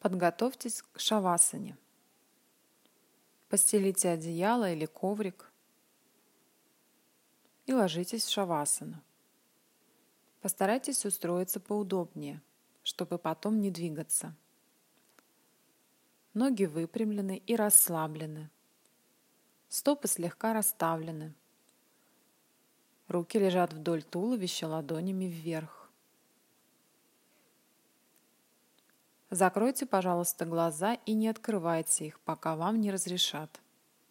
Подготовьтесь к шавасане. Постелите одеяло или коврик и ложитесь в шавасану. Постарайтесь устроиться поудобнее, чтобы потом не двигаться. Ноги выпрямлены и расслаблены. Стопы слегка расставлены. Руки лежат вдоль туловища ладонями вверх. Закройте, пожалуйста, глаза и не открывайте их, пока вам не разрешат.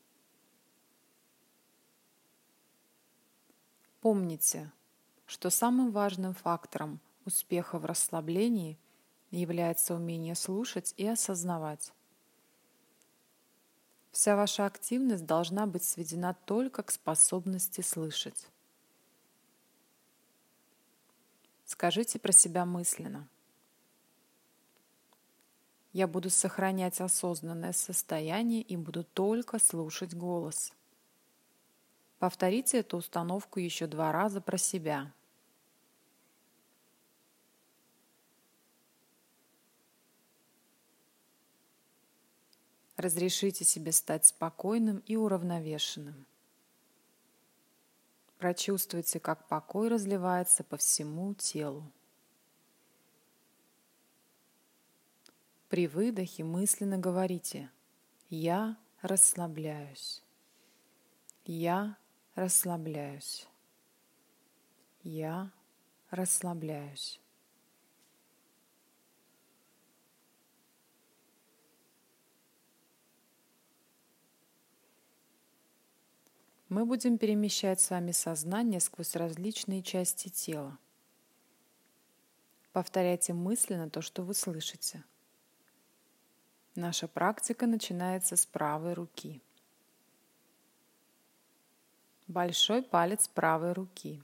Помните, что самым важным фактором успеха в расслаблении является умение слушать и осознавать. Вся ваша активность должна быть сведена только к способности слышать. Скажите про себя мысленно: я буду сохранять осознанное состояние и буду только слушать голос. Повторите эту установку еще 2 раза про себя. Разрешите себе стать спокойным и уравновешенным. Прочувствуйте, как покой разливается по всему телу. При выдохе мысленно говорите: я расслабляюсь. Я расслабляюсь. Я расслабляюсь. Мы будем перемещать с вами сознание сквозь различные части тела. Повторяйте мысленно то, что вы слышите. Наша практика начинается с правой руки. Большой палец правой руки.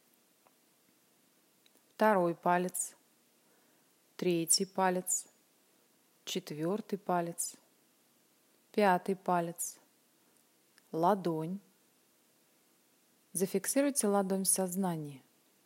Второй палец. Третий палец. Четвертый палец. Пятый палец. Ладонь. Зафиксируйте ладонь в сознании.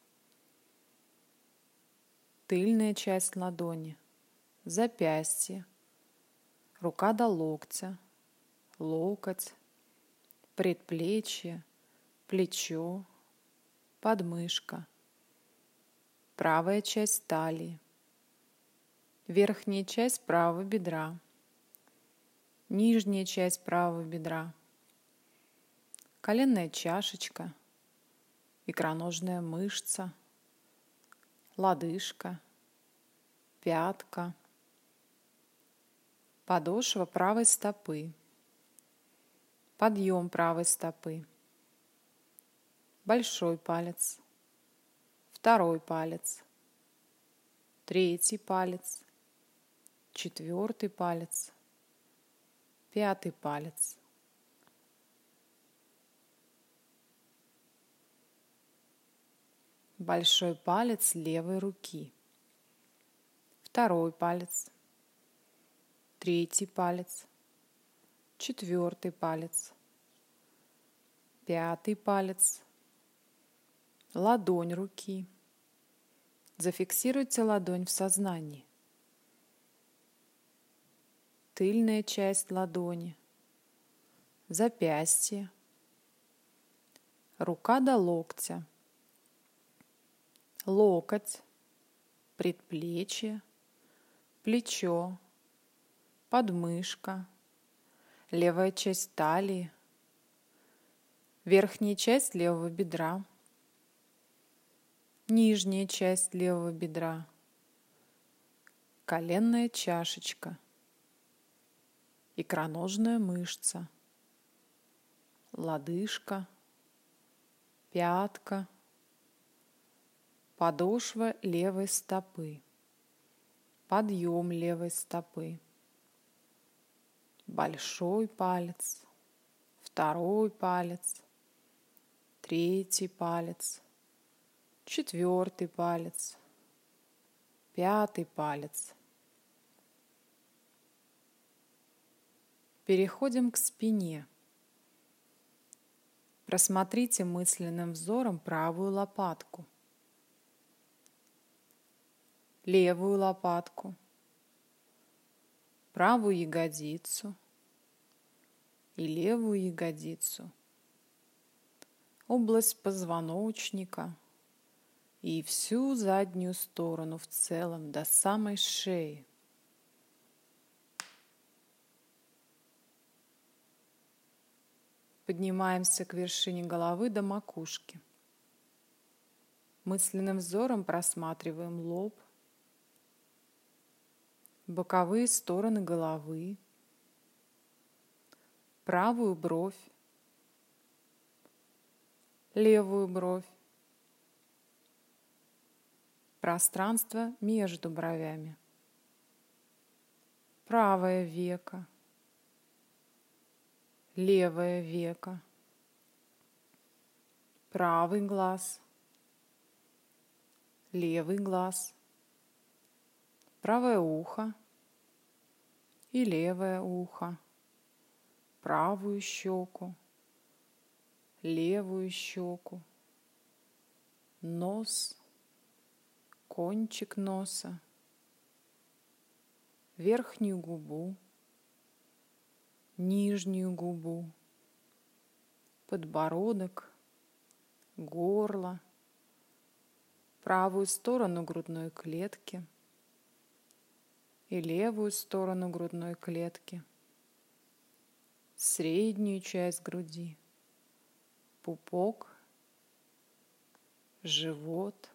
Тыльная часть ладони. Запястье. Рука до локтя. Локоть. Предплечье. Плечо. Подмышка. Правая часть талии. Верхняя часть правого бедра. Нижняя часть правого бедра. Коленная чашечка. Икроножная мышца. Лодыжка. Пятка. Подошва правой стопы. Подъем правой стопы. Большой палец. Второй палец. Третий палец. Четвертый палец. Пятый палец. Большой палец левой руки. Второй палец. Третий палец. Четвертый палец. Пятый палец. Ладонь руки. Зафиксируйте ладонь в сознании. Тыльная часть ладони. Запястье. Рука до локтя. Локоть. Предплечье. Плечо. Подмышка. Левая часть талии. Верхняя часть левого бедра. Нижняя часть левого бедра. Коленная чашечка. Икроножная мышца. Лодыжка. Пятка. Подошва левой стопы. Подъем левой стопы. Большой палец. Второй палец. Третий палец. Четвертый палец. Пятый палец. Переходим к спине. Просмотрите мысленным взором правую лопатку, левую лопатку, правую ягодицу и левую ягодицу, область позвоночника и всю заднюю сторону в целом до самой шеи. Поднимаемся к вершине головы до макушки. Мысленным взором просматриваем лоб, боковые стороны головы, правую бровь, левую бровь, пространство между бровями, правое веко, левое веко, правый глаз, левый глаз, правое ухо и левое ухо, правую щеку, левую щеку, нос, кончик носа, верхнюю губу, нижнюю губу, подбородок, горло, правую сторону грудной клетки и левую сторону грудной клетки, среднюю часть груди, пупок, живот,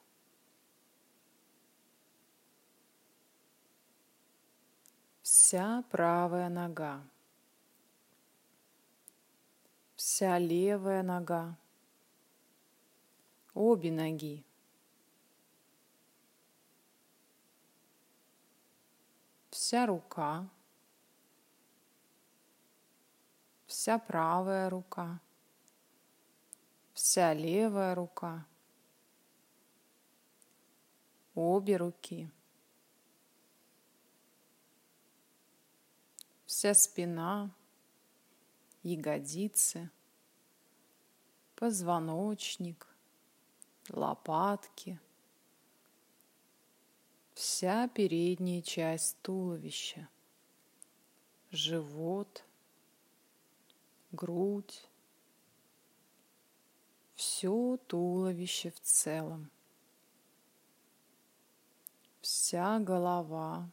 вся правая нога, вся левая нога, обе ноги, вся рука, вся правая рука, вся левая рука, обе руки, вся спина, ягодицы, позвоночник, лопатки, вся передняя часть туловища, живот, грудь, все туловище в целом, вся голова,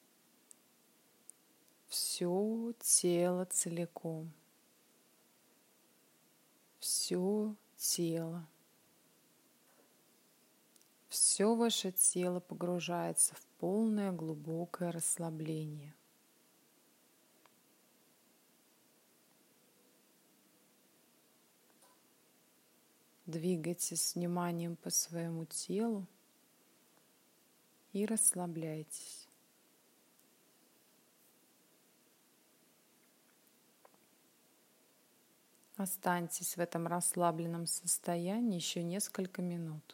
все тело целиком, все тело. Все ваше тело погружается в полное глубокое расслабление. Двигайтесь с вниманием по своему телу и расслабляйтесь. Останьтесь в этом расслабленном состоянии еще несколько минут.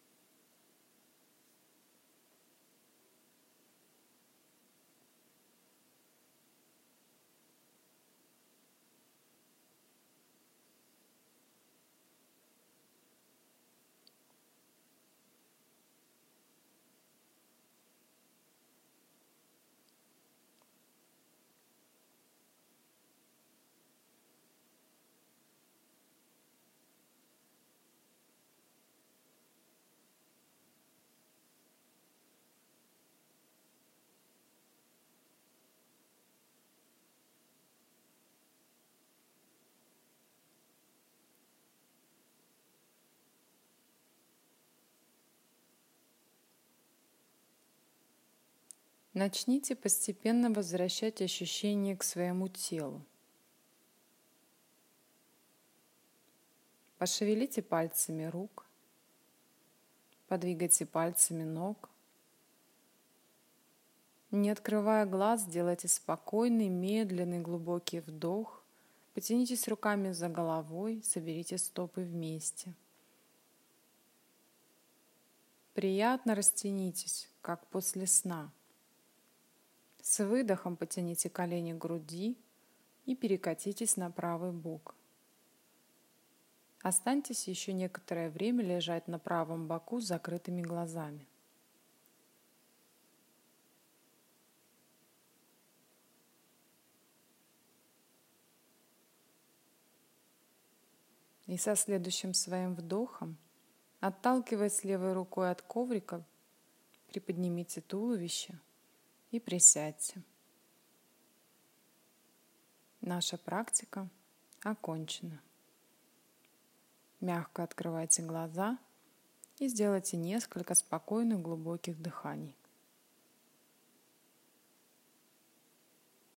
Начните постепенно возвращать ощущения к своему телу. Пошевелите пальцами рук, подвигайте пальцами ног. Не открывая глаз, сделайте спокойный, медленный, глубокий вдох. Потянитесь руками за головой, соберите стопы вместе. Приятно растянитесь, как после сна. С выдохом потяните колени к груди и перекатитесь на правый бок. Останьтесь еще некоторое время лежать на правом боку с закрытыми глазами. И со следующим своим вдохом, отталкиваясь левой рукой от коврика, приподнимите туловище и присядьте. Наша практика окончена. Мягко открывайте глаза и сделайте несколько спокойных глубоких дыханий.